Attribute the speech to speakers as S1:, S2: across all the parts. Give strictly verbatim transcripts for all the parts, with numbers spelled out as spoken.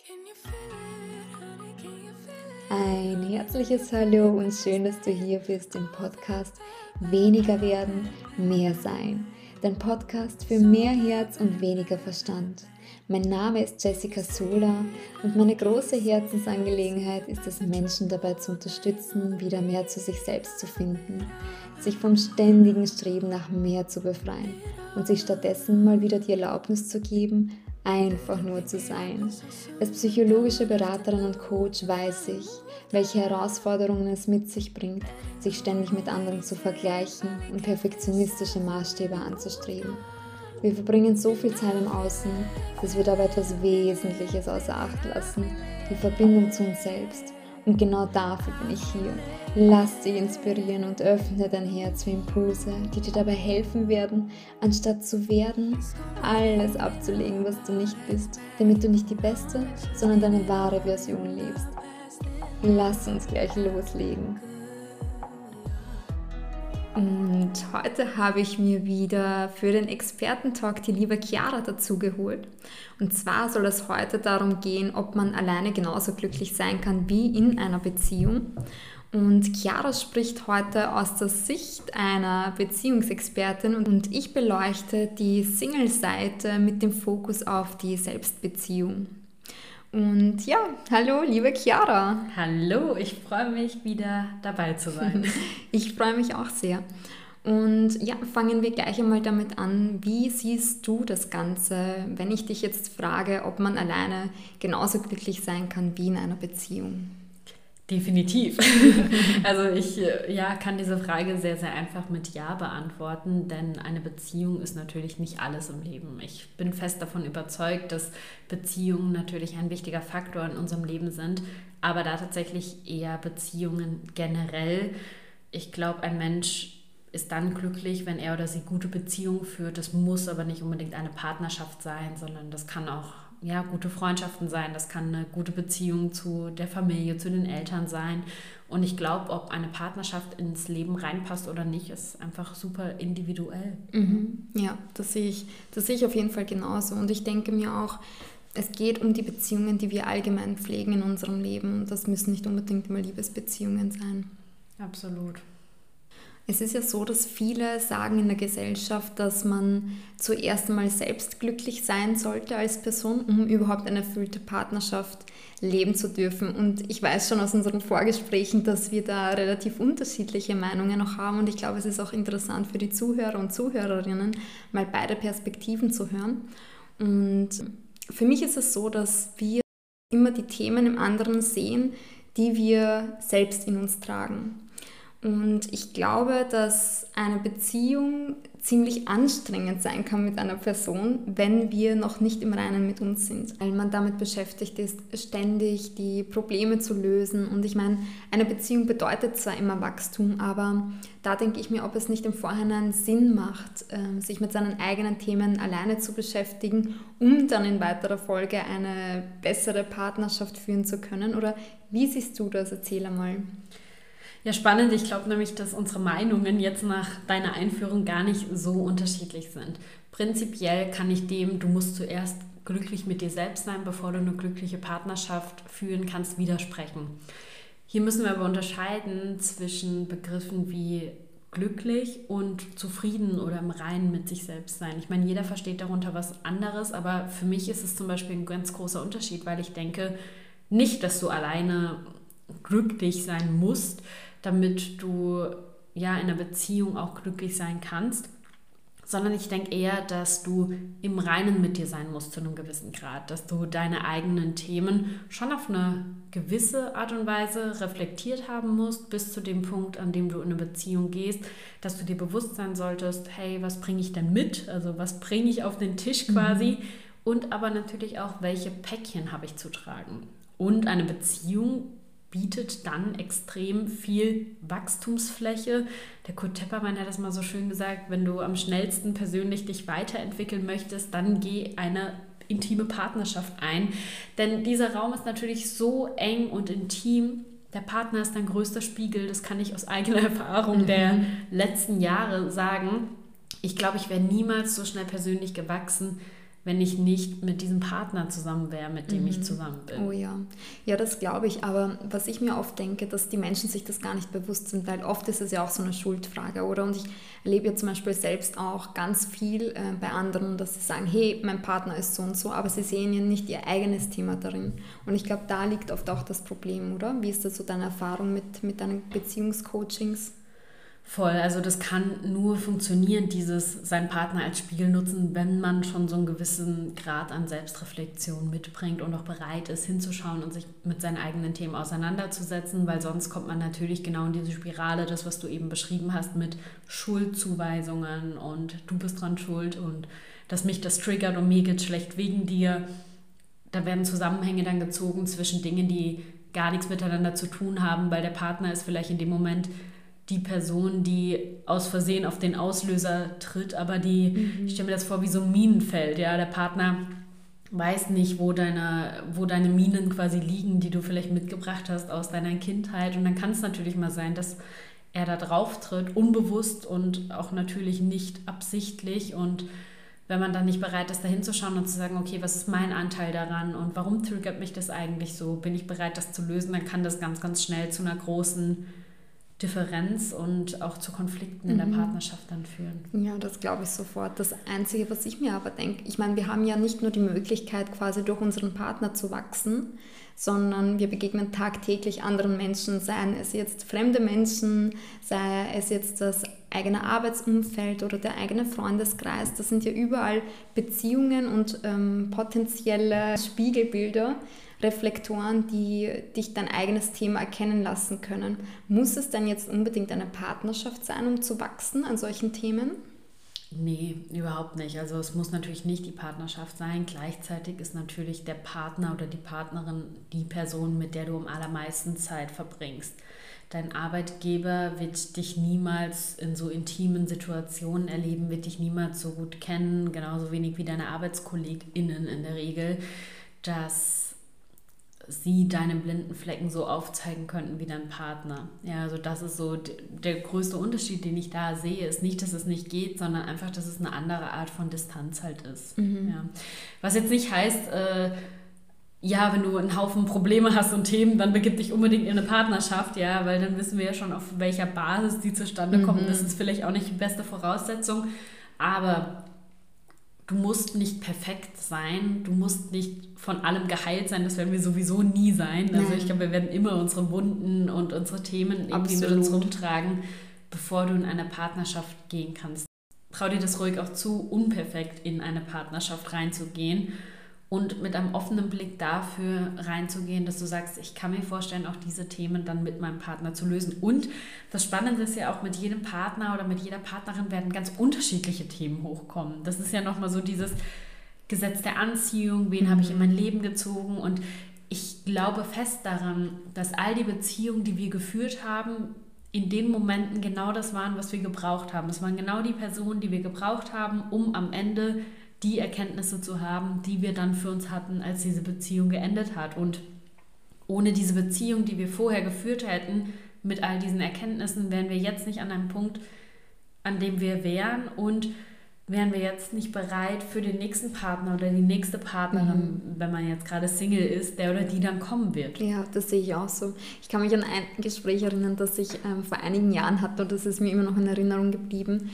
S1: Ein herzliches Hallo und schön, dass du hier bist im Podcast Weniger werden, mehr sein. Dein Podcast für mehr Herz und weniger Verstand. Mein Name ist Jessica Sola und meine große Herzensangelegenheit ist es, Menschen dabei zu unterstützen, wieder mehr zu sich selbst zu finden, sich vom ständigen Streben nach mehr zu befreien und sich stattdessen mal wieder die Erlaubnis zu geben, einfach nur zu sein. Als psychologische Beraterin und Coach weiß ich, welche Herausforderungen es mit sich bringt, sich ständig mit anderen zu vergleichen und perfektionistische Maßstäbe anzustreben. Wir verbringen so viel Zeit im Außen, dass wir dabei etwas Wesentliches außer Acht lassen, die Verbindung zu uns selbst. Und genau dafür bin ich hier. Lass dich inspirieren und öffne dein Herz für Impulse, die dir dabei helfen werden, anstatt zu werden, alles abzulegen, was du nicht bist, damit du nicht die beste, sondern deine wahre Version lebst. Lass uns gleich loslegen. Und heute habe ich mir wieder für den Expertentalk die liebe Chiara dazu geholt. Und zwar soll es heute darum gehen, ob man alleine genauso glücklich sein kann wie in einer Beziehung. Und Chiara spricht heute aus der Sicht einer Beziehungsexpertin und ich beleuchte die Single-Seite mit dem Fokus auf die Selbstbeziehung. Und ja, hallo liebe Chiara.
S2: Hallo, ich freue mich wieder dabei zu sein.
S1: Ich freue mich auch sehr. Und ja, fangen wir gleich einmal damit an, wie siehst du das Ganze, wenn ich dich jetzt frage, ob man alleine genauso glücklich sein kann wie in einer Beziehung?
S2: Definitiv. Also ich ja, kann diese Frage sehr, sehr einfach mit Ja beantworten, denn eine Beziehung ist natürlich nicht alles im Leben. Ich bin fest davon überzeugt, dass Beziehungen natürlich ein wichtiger Faktor in unserem Leben sind, aber da tatsächlich eher Beziehungen generell. Ich glaube, ein Mensch ist dann glücklich, wenn er oder sie gute Beziehungen führt. Das muss aber nicht unbedingt eine Partnerschaft sein, sondern das kann auch ja, gute Freundschaften sein, das kann eine gute Beziehung zu der Familie, zu den Eltern sein. Und ich glaube, ob eine Partnerschaft ins Leben reinpasst oder nicht, ist einfach super individuell.
S1: Mhm. Ja, das sehe ich, das sehe ich auf jeden Fall genauso. Und ich denke mir auch, es geht um die Beziehungen, die wir allgemein pflegen in unserem Leben. Und das müssen nicht unbedingt immer Liebesbeziehungen sein.
S2: Absolut.
S1: Es ist ja so, dass viele sagen in der Gesellschaft, dass man zuerst einmal selbst glücklich sein sollte als Person, um überhaupt eine erfüllte Partnerschaft leben zu dürfen. Und ich weiß schon aus unseren Vorgesprächen, dass wir da relativ unterschiedliche Meinungen noch haben. Und ich glaube, es ist auch interessant für die Zuhörer und Zuhörerinnen, mal beide Perspektiven zu hören. Und für mich ist es so, dass wir immer die Themen im anderen sehen, die wir selbst in uns tragen. Und ich glaube, dass eine Beziehung ziemlich anstrengend sein kann mit einer Person, wenn wir noch nicht im Reinen mit uns sind. Weil man damit beschäftigt ist, ständig die Probleme zu lösen. Und ich meine, eine Beziehung bedeutet zwar immer Wachstum, aber da denke ich mir, ob es nicht im Vorhinein Sinn macht, sich mit seinen eigenen Themen alleine zu beschäftigen, um dann in weiterer Folge eine bessere Partnerschaft führen zu können. Oder wie siehst du das? Erzähl einmal.
S2: Ja, spannend. Ich glaube nämlich, dass unsere Meinungen jetzt nach deiner Einführung gar nicht so unterschiedlich sind. Prinzipiell kann ich dem, du musst zuerst glücklich mit dir selbst sein, bevor du eine glückliche Partnerschaft führen kannst, widersprechen. Hier müssen wir aber unterscheiden zwischen Begriffen wie glücklich und zufrieden oder im Reinen mit sich selbst sein. Ich meine, jeder versteht darunter was anderes, aber für mich ist es zum Beispiel ein ganz großer Unterschied, weil ich denke nicht, dass du alleine glücklich sein musst, damit du ja in einer Beziehung auch glücklich sein kannst, sondern ich denke eher, dass du im Reinen mit dir sein musst zu einem gewissen Grad, dass du deine eigenen Themen schon auf eine gewisse Art und Weise reflektiert haben musst, bis zu dem Punkt, an dem du in eine Beziehung gehst, dass du dir bewusst sein solltest, hey, was bringe ich denn mit, also was bringe ich auf den Tisch quasi, mhm. und aber natürlich auch, welche Päckchen habe ich zu tragen. Und eine Beziehung bietet dann extrem viel Wachstumsfläche. Der Kurt Tepperwein hat das mal so schön gesagt, wenn du am schnellsten persönlich dich weiterentwickeln möchtest, dann geh eine intime Partnerschaft ein. Denn dieser Raum ist natürlich so eng und intim. Der Partner ist dein größter Spiegel, das kann ich aus eigener Erfahrung mhm. der letzten Jahre sagen. Ich glaube, ich wäre niemals so schnell persönlich gewachsen, wenn ich nicht mit diesem Partner zusammen wäre, mit dem mhm. ich zusammen bin.
S1: Oh ja, ja, das glaube ich. Aber was ich mir oft denke, dass die Menschen sich das gar nicht bewusst sind, weil oft ist es ja auch so eine Schuldfrage, oder? Und ich erlebe ja zum Beispiel selbst auch ganz viel äh, bei anderen, dass sie sagen, hey, mein Partner ist so und so, aber sie sehen ja nicht ihr eigenes Thema darin. Und ich glaube, da liegt oft auch das Problem, oder? Wie ist das so deine Erfahrung mit, mit deinen Beziehungscoachings?
S2: Voll, also das kann nur funktionieren, dieses seinen Partner als Spiegel nutzen, wenn man schon so einen gewissen Grad an Selbstreflexion mitbringt und auch bereit ist, hinzuschauen und sich mit seinen eigenen Themen auseinanderzusetzen, weil sonst kommt man natürlich genau in diese Spirale, das, was du eben beschrieben hast, mit Schuldzuweisungen und du bist dran schuld und dass mich das triggert und mir geht schlecht wegen dir. Da werden Zusammenhänge dann gezogen zwischen Dingen, die gar nichts miteinander zu tun haben, weil der Partner ist vielleicht in dem Moment die Person, die aus Versehen auf den Auslöser tritt, aber die, mhm. ich stelle mir das vor wie so ein Minenfeld, ja, der Partner weiß nicht, wo deine, wo deine Minen quasi liegen, die du vielleicht mitgebracht hast aus deiner Kindheit und dann kann es natürlich mal sein, dass er da drauf tritt, unbewusst und auch natürlich nicht absichtlich und wenn man dann nicht bereit ist, da hinzuschauen und zu sagen, okay, was ist mein Anteil daran und warum triggert mich das eigentlich so, bin ich bereit, das zu lösen, dann kann das ganz, ganz schnell zu einer großen Differenz und auch zu Konflikten in der Partnerschaft dann führen.
S1: Ja, das glaube ich sofort. Das Einzige, was ich mir aber denke, ich meine, wir haben ja nicht nur die Möglichkeit, quasi durch unseren Partner zu wachsen, sondern wir begegnen tagtäglich anderen Menschen, seien es jetzt fremde Menschen, sei es jetzt das eigene Arbeitsumfeld oder der eigene Freundeskreis. Das sind ja überall Beziehungen und ähm, potenzielle Spiegelbilder, Reflektoren, die dich dein eigenes Thema erkennen lassen können. Muss es denn jetzt unbedingt eine Partnerschaft sein, um zu wachsen an solchen Themen?
S2: Nee, überhaupt nicht. Also es muss natürlich nicht die Partnerschaft sein. Gleichzeitig ist natürlich der Partner oder die Partnerin die Person, mit der du am allermeisten Zeit verbringst. Dein Arbeitgeber wird dich niemals in so intimen Situationen erleben, wird dich niemals so gut kennen, genauso wenig wie deine ArbeitskollegInnen in der Regel, dass sie deine blinden Flecken so aufzeigen könnten wie dein Partner. Ja, also das ist so d- der größte Unterschied, den ich da sehe, ist nicht, dass es nicht geht, sondern einfach, dass es eine andere Art von Distanz halt ist. Mhm. Ja. Was jetzt nicht heißt, äh, ja, wenn du einen Haufen Probleme hast und Themen, dann begib dich unbedingt in eine Partnerschaft, ja, weil dann wissen wir ja schon, auf welcher Basis die zustande mhm. kommen. Das ist vielleicht auch nicht die beste Voraussetzung, aber du musst nicht perfekt sein, du musst nicht von allem geheilt sein, das werden wir sowieso nie sein. Also Nein. ich glaube, wir werden immer unsere Wunden und unsere Themen irgendwie mit uns rumtragen, bevor du in eine Partnerschaft gehen kannst. Trau dir das ruhig auch zu, unperfekt in eine Partnerschaft reinzugehen und mit einem offenen Blick dafür reinzugehen, dass du sagst, ich kann mir vorstellen, auch diese Themen dann mit meinem Partner zu lösen. Und das Spannende ist ja auch, mit jedem Partner oder mit jeder Partnerin werden ganz unterschiedliche Themen hochkommen. Das ist ja nochmal so dieses Gesetz der Anziehung, wen mhm. habe ich in mein Leben gezogen und ich glaube fest daran, dass all die Beziehungen, die wir geführt haben, in den Momenten genau das waren, was wir gebraucht haben. Es waren genau die Personen, die wir gebraucht haben, um am Ende die Erkenntnisse zu haben, die wir dann für uns hatten, als diese Beziehung geendet hat. Und ohne diese Beziehung, die wir vorher geführt hätten, mit all diesen Erkenntnissen, wären wir jetzt nicht an einem Punkt, an dem wir wären und wären wir jetzt nicht bereit für den nächsten Partner oder die nächste Partnerin, mhm. wenn man jetzt gerade Single ist, der oder die dann kommen wird.
S1: Ja, das sehe ich auch so. Ich kann mich an ein Gespräch erinnern, das ich ähm, vor einigen Jahren hatte und das ist mir immer noch in Erinnerung geblieben.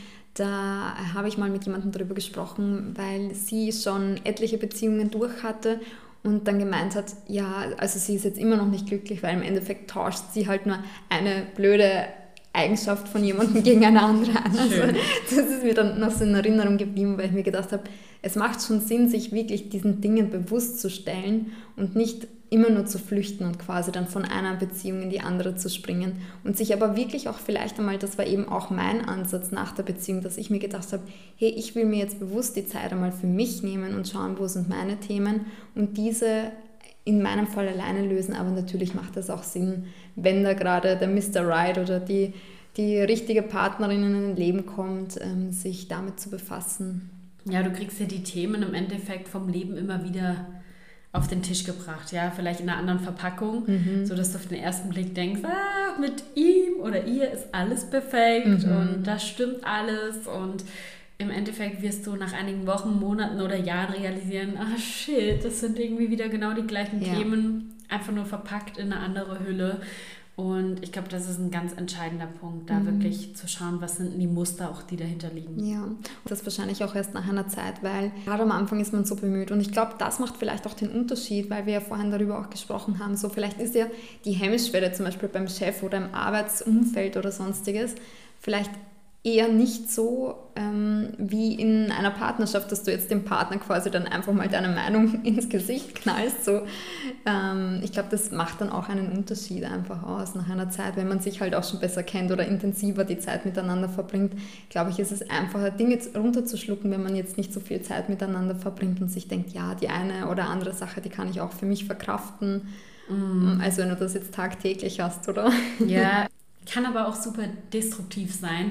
S1: Da habe ich mal mit jemandem darüber gesprochen, weil sie schon etliche Beziehungen durch hatte und dann gemeint hat, ja, also sie ist jetzt immer noch nicht glücklich, weil im Endeffekt tauscht sie halt nur eine blöde Eigenschaft von jemandem gegen eine andere an. Also das ist mir dann noch so in Erinnerung geblieben, weil ich mir gedacht habe, es macht schon Sinn, sich wirklich diesen Dingen bewusst zu stellen und nicht immer nur zu flüchten und quasi dann von einer Beziehung in die andere zu springen und sich aber wirklich auch vielleicht einmal, das war eben auch mein Ansatz nach der Beziehung, dass ich mir gedacht habe, hey, ich will mir jetzt bewusst die Zeit einmal für mich nehmen und schauen, wo sind meine Themen und diese in meinem Fall alleine lösen, aber natürlich macht das auch Sinn, wenn da gerade der Mister Right oder die, die richtige Partnerin in ein Leben kommt, ähm, sich damit zu befassen.
S2: Ja, du kriegst ja die Themen im Endeffekt vom Leben immer wieder auf den Tisch gebracht, ja, vielleicht in einer anderen Verpackung, mhm. sodass du auf den ersten Blick denkst, ah, mit ihm oder ihr ist alles perfekt mhm. und das stimmt alles und im Endeffekt wirst du nach einigen Wochen, Monaten oder Jahren realisieren, ah shit, das sind irgendwie wieder genau die gleichen ja. Themen, einfach nur verpackt in eine andere Hülle. Und ich glaube, das ist ein ganz entscheidender Punkt, da mhm. wirklich zu schauen, was sind die Muster auch, die dahinter liegen.
S1: Ja, das wahrscheinlich auch erst nach einer Zeit, weil gerade am Anfang ist man so bemüht. Und ich glaube, das macht vielleicht auch den Unterschied, weil wir ja vorhin darüber auch gesprochen haben. So vielleicht ist ja die Hemmschwelle zum Beispiel beim Chef oder im Arbeitsumfeld oder sonstiges vielleicht eher nicht so ähm, wie in einer Partnerschaft, dass du jetzt dem Partner quasi dann einfach mal deine Meinung ins Gesicht knallst. So. Ähm, ich glaube, das macht dann auch einen Unterschied einfach aus nach einer Zeit, wenn man sich halt auch schon besser kennt oder intensiver die Zeit miteinander verbringt. Glaube ich, ist es einfacher, Dinge runterzuschlucken, wenn man jetzt nicht so viel Zeit miteinander verbringt und sich denkt, ja, die eine oder andere Sache, die kann ich auch für mich verkraften. Mm. Also wenn du das jetzt tagtäglich hast, oder?
S2: Ja, kann aber auch super destruktiv sein.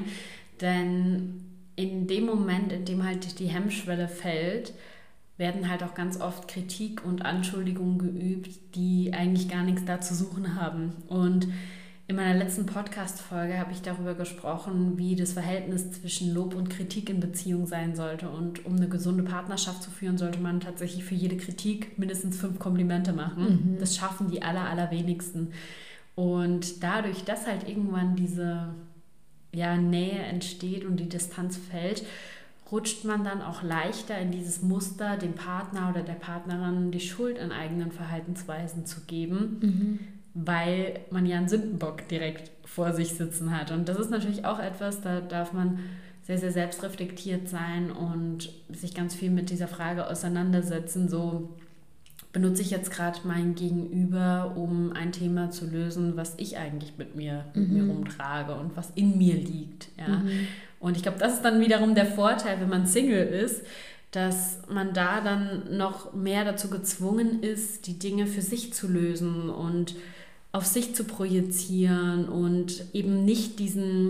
S2: Denn in dem Moment, in dem halt die Hemmschwelle fällt, werden halt auch ganz oft Kritik und Anschuldigungen geübt, die eigentlich gar nichts da zu suchen haben. Und in meiner letzten Podcast-Folge habe ich darüber gesprochen, wie das Verhältnis zwischen Lob und Kritik in Beziehung sein sollte. Und um eine gesunde Partnerschaft zu führen, sollte man tatsächlich für jede Kritik mindestens fünf Komplimente machen. Mhm. Das schaffen die aller, allerwenigsten. Und dadurch, dass halt irgendwann diese ja, Nähe entsteht und die Distanz fällt, rutscht man dann auch leichter in dieses Muster, dem Partner oder der Partnerin die Schuld an eigenen Verhaltensweisen zu geben, mhm. weil man ja einen Sündenbock direkt vor sich sitzen hat. Und das ist natürlich auch etwas, da darf man sehr, sehr selbstreflektiert sein und sich ganz viel mit dieser Frage auseinandersetzen, so benutze ich jetzt gerade mein Gegenüber, um ein Thema zu lösen, was ich eigentlich mit mir, mhm. mit mir rumtrage und was in mir liegt. Ja? Mhm. Und ich glaube, das ist dann wiederum der Vorteil, wenn man Single ist, dass man da dann noch mehr dazu gezwungen ist, die Dinge für sich zu lösen und auf sich zu projizieren und eben nicht diesen,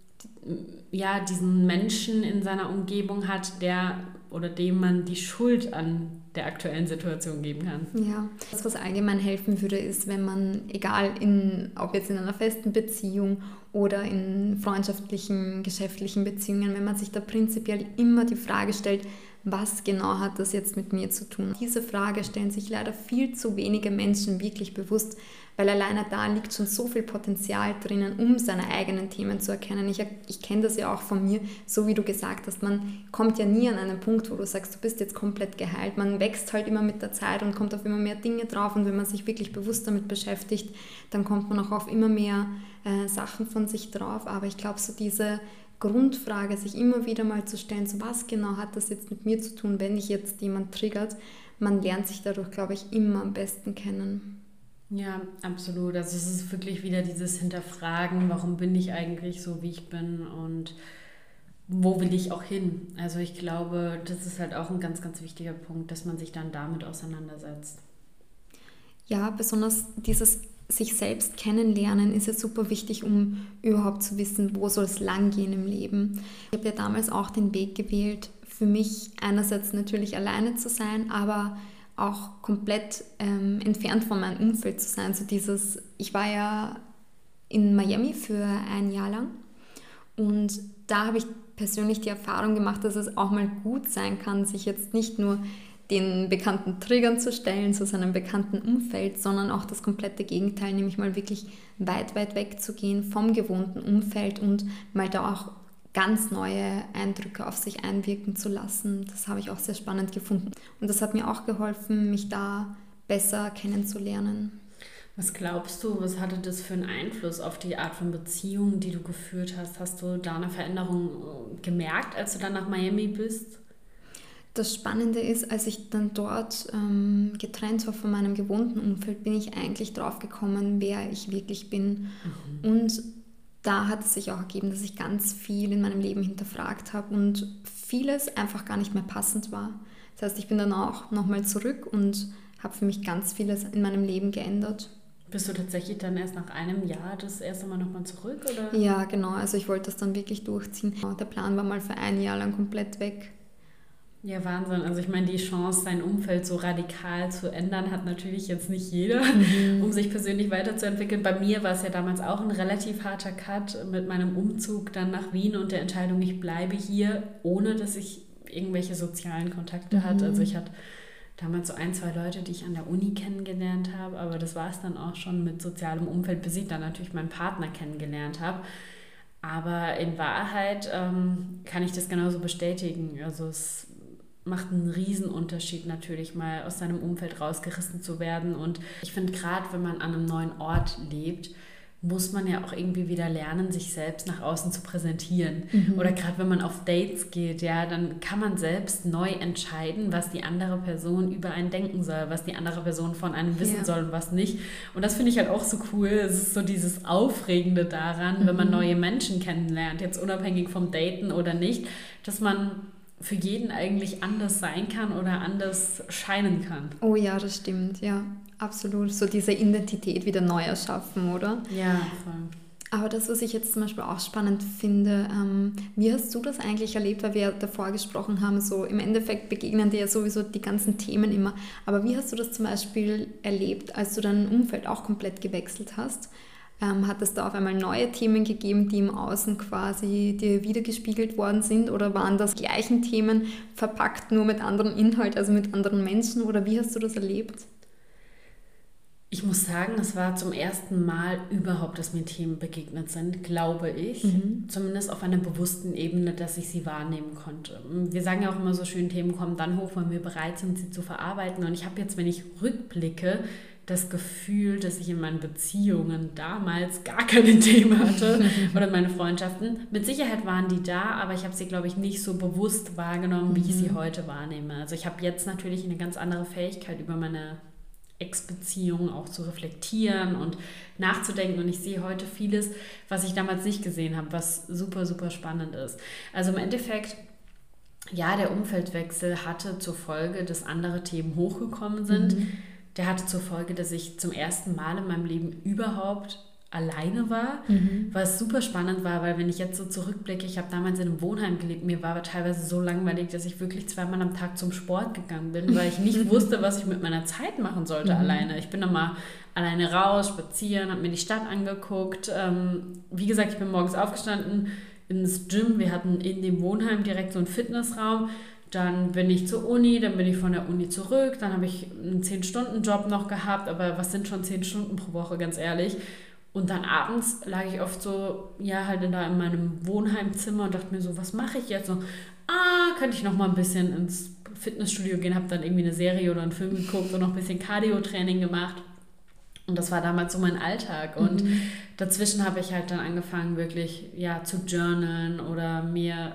S2: ja, diesen Menschen in seiner Umgebung hat, der oder dem man die Schuld an der aktuellen Situation geben kann.
S1: Ja, das, was allgemein helfen würde, ist, wenn man, egal in, ob jetzt in einer festen Beziehung oder in freundschaftlichen, geschäftlichen Beziehungen, wenn man sich da prinzipiell immer die Frage stellt, was genau hat das jetzt mit mir zu tun? Diese Frage stellen sich leider viel zu wenige Menschen wirklich bewusst, weil alleine da liegt schon so viel Potenzial drinnen, um seine eigenen Themen zu erkennen. Ich, ich kenne das ja auch von mir, so wie du gesagt hast, man kommt ja nie an einen Punkt, wo du sagst, du bist jetzt komplett geheilt. Man wächst halt immer mit der Zeit und kommt auf immer mehr Dinge drauf und wenn man sich wirklich bewusst damit beschäftigt, dann kommt man auch auf immer mehr äh, Sachen von sich drauf. Aber ich glaube, so diese Grundfrage, sich immer wieder mal zu stellen, so was genau hat das jetzt mit mir zu tun, wenn ich jetzt jemand triggert, man lernt sich dadurch, glaube ich, immer am besten kennen.
S2: Ja, absolut. Also es ist wirklich wieder dieses Hinterfragen, warum bin ich eigentlich so, wie ich bin und wo will ich auch hin? Also ich glaube, das ist halt auch ein ganz, ganz wichtiger Punkt, dass man sich dann damit auseinandersetzt.
S1: Ja, besonders dieses sich selbst kennenlernen ist ja super wichtig, um überhaupt zu wissen, wo soll es lang gehen im Leben. Ich habe ja damals auch den Weg gewählt, für mich einerseits natürlich alleine zu sein, aber auch komplett ähm, entfernt von meinem Umfeld zu sein. So dieses, ich war ja in Miami für ein Jahr lang und da habe ich persönlich die Erfahrung gemacht, dass es auch mal gut sein kann, sich jetzt nicht nur den bekannten Triggern zu stellen, zu seinem bekannten Umfeld, sondern auch das komplette Gegenteil, nämlich mal wirklich weit, weit weg zu gehen vom gewohnten Umfeld und mal da auch ganz neue Eindrücke auf sich einwirken zu lassen. Das habe ich auch sehr spannend gefunden. Und das hat mir auch geholfen, mich da besser kennenzulernen.
S2: Was glaubst du, was hatte das für einen Einfluss auf die Art von Beziehung, die du geführt hast? Hast du da eine Veränderung gemerkt, als du dann nach Miami bist?
S1: Das Spannende ist, als ich dann dort ähm, getrennt war von meinem gewohnten Umfeld, bin ich eigentlich drauf gekommen, wer ich wirklich bin. Mhm. Und da hat es sich auch ergeben, dass ich ganz viel in meinem Leben hinterfragt habe und vieles einfach gar nicht mehr passend war. Das heißt, ich bin dann auch nochmal zurück und habe für mich ganz vieles in meinem Leben geändert.
S2: Bist du tatsächlich dann erst nach einem Jahr das erste Mal nochmal zurück? Oder?
S1: Ja, genau. Also ich wollte das dann wirklich durchziehen. Der Plan war mal für ein Jahr lang komplett weg.
S2: Ja, Wahnsinn. Also ich meine, die Chance, sein Umfeld so radikal zu ändern, hat natürlich jetzt nicht jeder, mhm. um sich persönlich weiterzuentwickeln. Bei mir war es ja damals auch ein relativ harter Cut mit meinem Umzug dann nach Wien und der Entscheidung, ich bleibe hier, ohne dass ich irgendwelche sozialen Kontakte mhm. hatte. Also ich hatte damals so ein, zwei Leute, die ich an der Uni kennengelernt habe, aber das war es dann auch schon mit sozialem Umfeld, bis ich dann natürlich meinen Partner kennengelernt habe. Aber in Wahrheit ähm, kann ich das genauso bestätigen. Also es macht einen Riesenunterschied natürlich, mal aus seinem Umfeld rausgerissen zu werden. Und ich finde, gerade wenn man an einem neuen Ort lebt, muss man ja auch irgendwie wieder lernen, sich selbst nach außen zu präsentieren. Mhm. Oder gerade wenn man auf Dates geht, ja, dann kann man selbst neu entscheiden, was die andere Person über einen denken soll, was die andere Person von einem wissen ja. soll und was nicht. Und das finde ich halt auch so cool. Es ist so dieses Aufregende daran, mhm. wenn man neue Menschen kennenlernt, jetzt unabhängig vom Daten oder nicht, dass man für jeden eigentlich anders sein kann oder anders scheinen kann.
S1: Oh ja, das stimmt, ja, absolut. So diese Identität wieder neu erschaffen, oder?
S2: Ja, voll.
S1: Aber das, was ich jetzt zum Beispiel auch spannend finde, ähm, wie hast du das eigentlich erlebt, weil wir ja davor gesprochen haben, so im Endeffekt begegnen dir ja sowieso die ganzen Themen immer, aber wie hast du das zum Beispiel erlebt, als du dein Umfeld auch komplett gewechselt hast? Ähm, hat es da auf einmal neue Themen gegeben, die im Außen quasi dir wiedergespiegelt worden sind, oder waren das gleichen Themen verpackt nur mit anderem Inhalt, also mit anderen Menschen, oder wie hast du das erlebt?
S2: Ich muss sagen, es war zum ersten Mal überhaupt, dass mir Themen begegnet sind, glaube ich. Mhm. Zumindest auf einer bewussten Ebene, dass ich sie wahrnehmen konnte. Wir sagen ja auch immer so schön, Themen kommen dann hoch, wenn wir bereit sind, sie zu verarbeiten. Und ich habe jetzt, wenn ich rückblicke, das Gefühl, dass ich in meinen Beziehungen damals gar keine Themen hatte oder meine Freundschaften. Mit Sicherheit waren die da, aber ich habe sie, glaube ich, nicht so bewusst wahrgenommen, wie ich sie heute wahrnehme. Also ich habe jetzt natürlich eine ganz andere Fähigkeit, über meine Ex-Beziehungen auch zu reflektieren und nachzudenken, und ich sehe heute vieles, was ich damals nicht gesehen habe, was super, super spannend ist. Also im Endeffekt, ja, der Umfeldwechsel hatte zur Folge, dass andere Themen hochgekommen sind. Mhm. Der hatte zur Folge, dass ich zum ersten Mal in meinem Leben überhaupt alleine war, mhm. was super spannend war, weil wenn ich jetzt so zurückblicke, ich habe damals in einem Wohnheim gelebt, mir war aber teilweise so langweilig, dass ich wirklich zweimal am Tag zum Sport gegangen bin, weil ich nicht wusste, was ich mit meiner Zeit machen sollte mhm. alleine. Ich bin dann mal alleine raus, spazieren, habe mir die Stadt angeguckt. Ähm, wie gesagt, ich bin morgens aufgestanden ins Gym, wir hatten in dem Wohnheim direkt so einen Fitnessraum. Dann bin ich zur Uni, dann bin ich von der Uni zurück, dann habe ich einen zehn-Stunden-Job noch gehabt, aber was sind schon zehn Stunden pro Woche, ganz ehrlich. Und dann abends lag ich oft so, ja, halt da in meinem Wohnheimzimmer und dachte mir so, was mache ich jetzt? So, ah, könnte ich noch mal ein bisschen ins Fitnessstudio gehen, habe dann irgendwie eine Serie oder einen Film geguckt und noch ein bisschen Cardio-Training gemacht. Und das war damals so mein Alltag. Und mhm. dazwischen habe ich halt dann angefangen, wirklich ja, zu journalen oder mir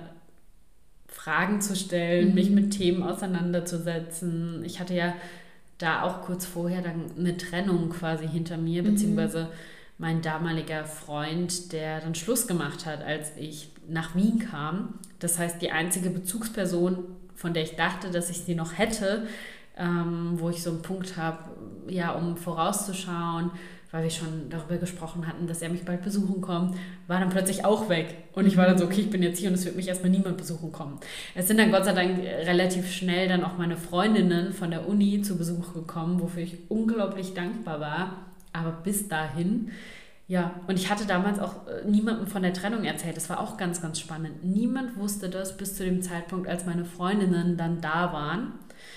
S2: Fragen zu stellen, mhm. mich mit Themen auseinanderzusetzen. Ich hatte ja da auch kurz vorher dann eine Trennung quasi hinter mir, mhm. beziehungsweise mein damaliger Freund, der dann Schluss gemacht hat, als ich nach Wien kam. Das heißt, die einzige Bezugsperson, von der ich dachte, dass ich sie noch hätte, ähm, wo ich so einen Punkt habe, ja, um vorauszuschauen, weil wir schon darüber gesprochen hatten, dass er mich bald besuchen kommt, war dann plötzlich auch weg. Und ich war dann so, okay, ich bin jetzt hier und es wird mich erstmal niemand besuchen kommen. Es sind dann Gott sei Dank relativ schnell dann auch meine Freundinnen von der Uni zu Besuch gekommen, wofür ich unglaublich dankbar war. Aber bis dahin, ja, und ich hatte damals auch niemandem von der Trennung erzählt. Das war auch ganz, ganz spannend. Niemand wusste das bis zu dem Zeitpunkt, als meine Freundinnen dann da waren.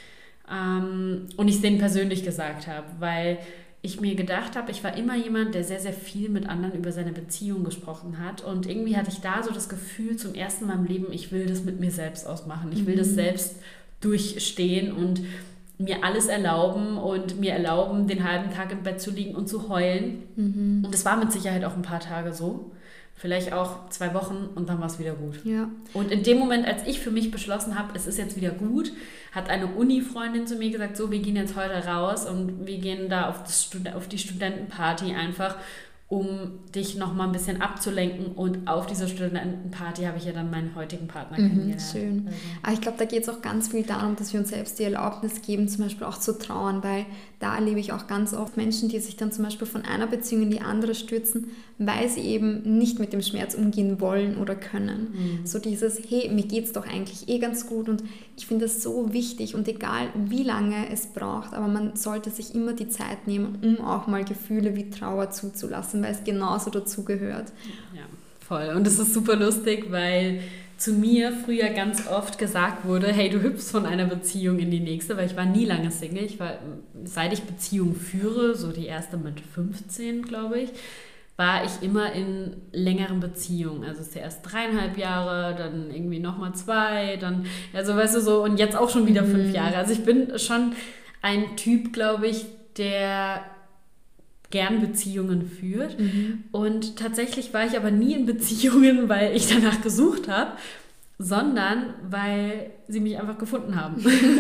S2: Ähm, und ich es denen persönlich gesagt habe, weil ich mir gedacht habe, ich war immer jemand, der sehr, sehr viel mit anderen über seine Beziehung gesprochen hat. Und irgendwie hatte ich da so das Gefühl, zum ersten Mal im Leben, ich will das mit mir selbst ausmachen. Ich will mhm. das selbst durchstehen und mir alles erlauben und mir erlauben, den halben Tag im Bett zu liegen und zu heulen. Mhm. Und das war mit Sicherheit auch ein paar Tage so. Vielleicht auch zwei Wochen und dann war es wieder gut.
S1: Ja.
S2: Und in dem Moment, als ich für mich beschlossen habe, es ist jetzt wieder gut, hat eine Uni-Freundin zu mir gesagt, so, wir gehen jetzt heute raus und wir gehen da auf, das Stud- auf die Studentenparty einfach. um dich nochmal ein bisschen abzulenken. Und auf dieser Studentenparty habe ich ja dann meinen heutigen Partner
S1: Mhm,
S2: kennengelernt.
S1: schön.
S2: Also.
S1: Aber ich glaube, da geht es auch ganz viel darum, dass wir uns selbst die Erlaubnis geben, zum Beispiel auch zu trauern, weil da erlebe ich auch ganz oft Menschen, die sich dann zum Beispiel von einer Beziehung in die andere stürzen, weil sie eben nicht mit dem Schmerz umgehen wollen oder können. Mhm. So dieses, hey, mir geht es doch eigentlich eh ganz gut und ich finde das so wichtig und egal wie lange es braucht, aber man sollte sich immer die Zeit nehmen, um auch mal Gefühle wie Trauer zuzulassen, weil es genauso dazu gehört.
S2: Ja, voll. Und es ist super lustig, weil zu mir früher ganz oft gesagt wurde, hey, du hüpfst von einer Beziehung in die nächste, weil ich war nie lange Single. Ich war, seit ich Beziehung führe, so die erste mit fünfzehn, glaube ich, war ich immer in längeren Beziehungen. Also zuerst dreieinhalb Jahre, dann irgendwie nochmal zwei, dann, also weißt du so, und jetzt auch schon wieder fünf mhm. Jahre. Also ich bin schon ein Typ, glaube ich, der gern Beziehungen führt. Mhm. Und tatsächlich war ich aber nie in Beziehungen, weil ich danach gesucht habe, sondern weil sie mich einfach gefunden haben.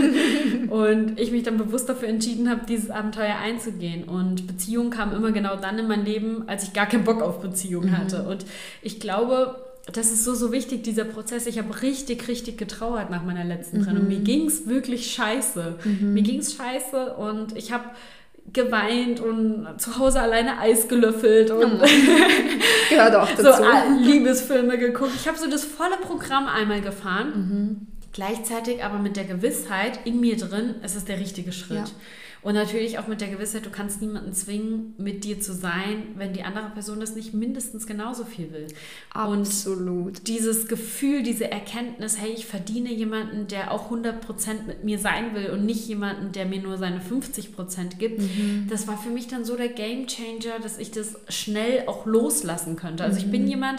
S2: Und ich mich dann bewusst dafür entschieden habe, dieses Abenteuer einzugehen. Und Beziehungen kamen immer genau dann in mein Leben, als ich gar keinen Bock auf Beziehungen mhm. hatte. Und ich glaube, das ist so, so wichtig, dieser Prozess. Ich habe richtig, richtig getrauert nach meiner letzten mhm. Trennung. Mir ging es wirklich scheiße. Mhm. Mir ging es scheiße und ich habe geweint und zu Hause alleine Eis gelöffelt und oh
S1: gehört auch dazu.
S2: So Liebesfilme geguckt. Ich habe so das volle Programm einmal gefahren, mhm. gleichzeitig aber mit der Gewissheit in mir drin, es ist der richtige Schritt. Ja. Und natürlich auch mit der Gewissheit, du kannst niemanden zwingen, mit dir zu sein, wenn die andere Person das nicht mindestens genauso viel will.
S1: Absolut.
S2: Und dieses Gefühl, diese Erkenntnis, hey, ich verdiene jemanden, der auch hundert Prozent mit mir sein will und nicht jemanden, der mir nur seine fünfzig Prozent gibt, mhm. das war für mich dann so der Gamechanger, dass ich das schnell auch loslassen könnte. Also mhm. ich bin jemand,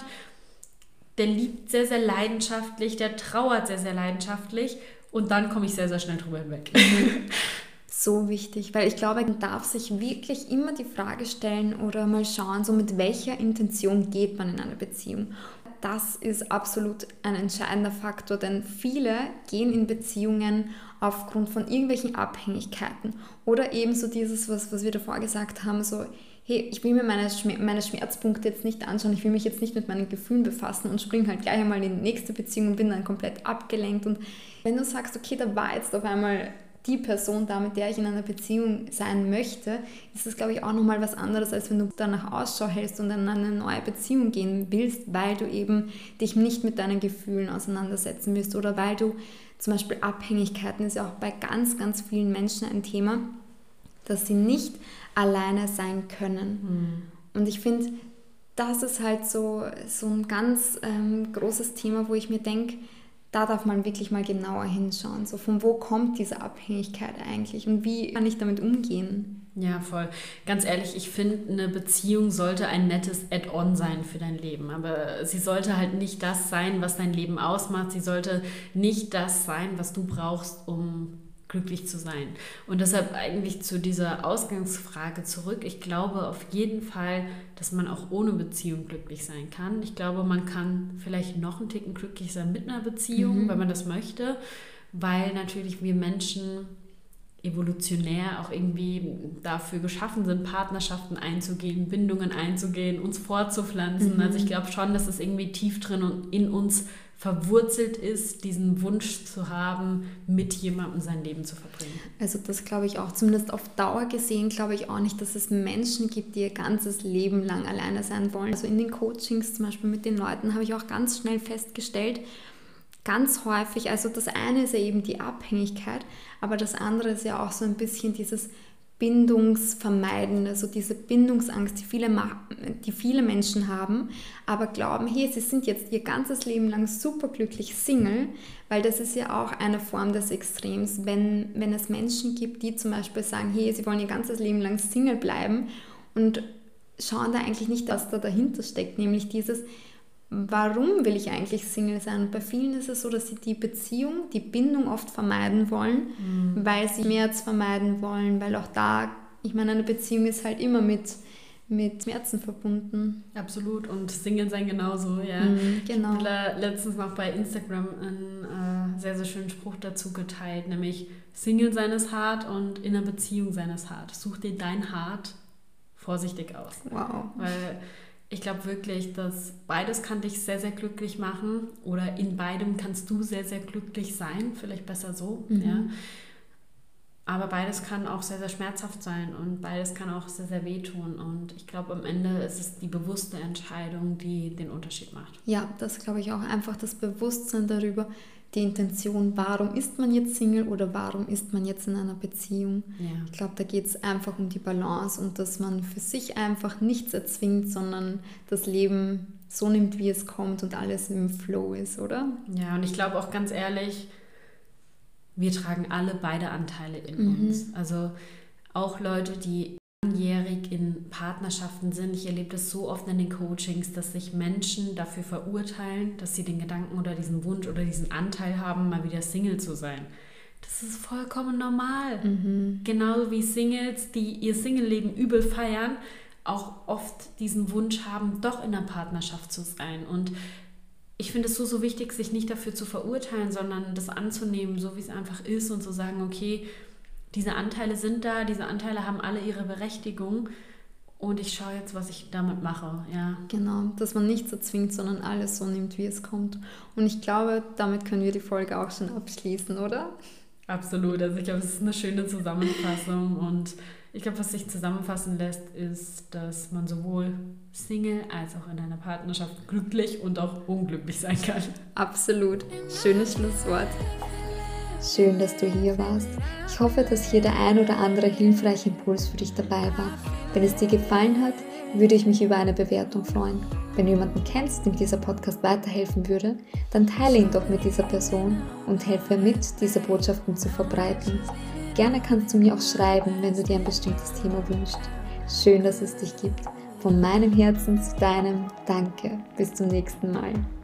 S2: der liebt sehr, sehr leidenschaftlich, der trauert sehr, sehr leidenschaftlich und dann komme ich sehr, sehr schnell drüber hinweg.
S1: Mhm. So wichtig, weil ich glaube, man darf sich wirklich immer die Frage stellen oder mal schauen, so mit welcher Intention geht man in eine Beziehung. Das ist absolut ein entscheidender Faktor, denn viele gehen in Beziehungen aufgrund von irgendwelchen Abhängigkeiten oder eben so dieses, was, was wir davor gesagt haben, so hey, ich will mir meine, Schmer- meine Schmerzpunkte jetzt nicht anschauen, ich will mich jetzt nicht mit meinen Gefühlen befassen und springe halt gleich einmal in die nächste Beziehung und bin dann komplett abgelenkt. Und wenn du sagst, okay, da war jetzt auf einmal die Person da, mit der ich in einer Beziehung sein möchte, ist das, glaube ich, auch nochmal was anderes, als wenn du danach Ausschau hältst und in eine neue Beziehung gehen willst, weil du eben dich nicht mit deinen Gefühlen auseinandersetzen willst oder weil du zum Beispiel Abhängigkeiten ist ja auch bei ganz, ganz vielen Menschen ein Thema, dass sie nicht alleine sein können. Mhm. Und ich finde, das ist halt so, so ein ganz ähm, großes Thema, wo ich mir denke, da darf man wirklich mal genauer hinschauen. So, von wo kommt diese Abhängigkeit eigentlich und wie kann ich damit umgehen?
S2: Ja, voll. Ganz ehrlich, ich finde, eine Beziehung sollte ein nettes Add-on sein für dein Leben. Aber sie sollte halt nicht das sein, was dein Leben ausmacht. Sie sollte nicht das sein, was du brauchst, um glücklich zu sein. Und deshalb eigentlich zu dieser Ausgangsfrage zurück. Ich glaube auf jeden Fall, dass man auch ohne Beziehung glücklich sein kann. Ich glaube, man kann vielleicht noch einen Ticken glücklich sein mit einer Beziehung, mhm. wenn man das möchte, weil natürlich wir Menschen evolutionär auch irgendwie dafür geschaffen sind, Partnerschaften einzugehen, Bindungen einzugehen, uns fortzupflanzen. Mhm. Also ich glaube schon, dass es irgendwie tief drin und in uns verwurzelt ist, diesen Wunsch zu haben, mit jemandem sein Leben zu verbringen.
S1: Also das glaube ich auch, zumindest auf Dauer gesehen, glaube ich auch nicht, dass es Menschen gibt, die ihr ganzes Leben lang alleine sein wollen. Also in den Coachings zum Beispiel mit den Leuten habe ich auch ganz schnell festgestellt, ganz häufig, also das eine ist ja eben die Abhängigkeit, aber das andere ist ja auch so ein bisschen dieses Bindungsvermeiden, also diese Bindungsangst, die viele, die viele Menschen haben, aber glauben, hey, sie sind jetzt ihr ganzes Leben lang superglücklich Single, weil das ist ja auch eine Form des Extrems, wenn, wenn es Menschen gibt, die zum Beispiel sagen, hey, sie wollen ihr ganzes Leben lang Single bleiben und schauen da eigentlich nicht, was da dahinter steckt, nämlich dieses, warum will ich eigentlich Single sein? Und bei vielen ist es so, dass sie die Beziehung, die Bindung oft vermeiden wollen, mhm. weil sie Schmerz vermeiden wollen, weil auch da, ich meine, eine Beziehung ist halt immer mit, mit Schmerzen verbunden.
S2: Absolut, und Single sein genauso, ja.
S1: Mhm, genau.
S2: Ich habe letztens noch bei Instagram einen äh, sehr, sehr schönen Spruch dazu geteilt, nämlich Single sein ist hart und in einer Beziehung sein ist hart. Such dir dein Hart vorsichtig aus.
S1: Wow.
S2: Weil ich glaube wirklich, dass beides kann dich sehr, sehr glücklich machen oder in beidem kannst du sehr, sehr glücklich sein, vielleicht besser so, mhm. ja. Aber beides kann auch sehr, sehr schmerzhaft sein und beides kann auch sehr, sehr wehtun. Und ich glaube, am Ende ist es die bewusste Entscheidung, die den Unterschied macht.
S1: Ja, das glaube ich auch. Einfach das Bewusstsein darüber, die Intention, warum ist man jetzt Single oder warum ist man jetzt in einer Beziehung.
S2: Ja.
S1: Ich glaube, da geht es einfach um die Balance und dass man für sich einfach nichts erzwingt, sondern das Leben so nimmt, wie es kommt und alles im Flow ist, oder?
S2: Ja, und ich glaube auch ganz ehrlich, wir tragen alle beide Anteile in
S1: Mhm.
S2: uns. Also auch Leute, die langjährig in Partnerschaften sind. Ich erlebe das so oft in den Coachings, dass sich Menschen dafür verurteilen, dass sie den Gedanken oder diesen Wunsch oder diesen Anteil haben, mal wieder Single zu sein. Das ist vollkommen normal.
S1: Mhm.
S2: Genauso wie Singles, die ihr Single-Leben übel feiern, auch oft diesen Wunsch haben, doch in einer Partnerschaft zu sein. Und ich finde es so, so wichtig, sich nicht dafür zu verurteilen, sondern das anzunehmen, so wie es einfach ist und zu sagen, okay, diese Anteile sind da, diese Anteile haben alle ihre Berechtigung und ich schaue jetzt, was ich damit mache. Ja.
S1: Genau, dass man nichts erzwingt, sondern alles so nimmt, wie es kommt. Und ich glaube, damit können wir die Folge auch schon abschließen, oder?
S2: Absolut, also ich glaube, es ist eine schöne Zusammenfassung und ich glaube, was sich zusammenfassen lässt, ist, dass man sowohl Single als auch in einer Partnerschaft glücklich und auch unglücklich sein kann.
S1: Absolut. Schönes Schlusswort. Schön, dass du hier warst. Ich hoffe, dass hier der ein oder andere hilfreiche Impuls für dich dabei war. Wenn es dir gefallen hat, würde ich mich über eine Bewertung freuen. Wenn du jemanden kennst, dem dieser Podcast weiterhelfen würde, dann teile ihn doch mit dieser Person und helfe mit, diese Botschaften zu verbreiten. Gerne kannst du mir auch schreiben, wenn du dir ein bestimmtes Thema wünschst. Schön, dass es dich gibt. Von meinem Herzen zu deinem Danke. Bis zum nächsten Mal.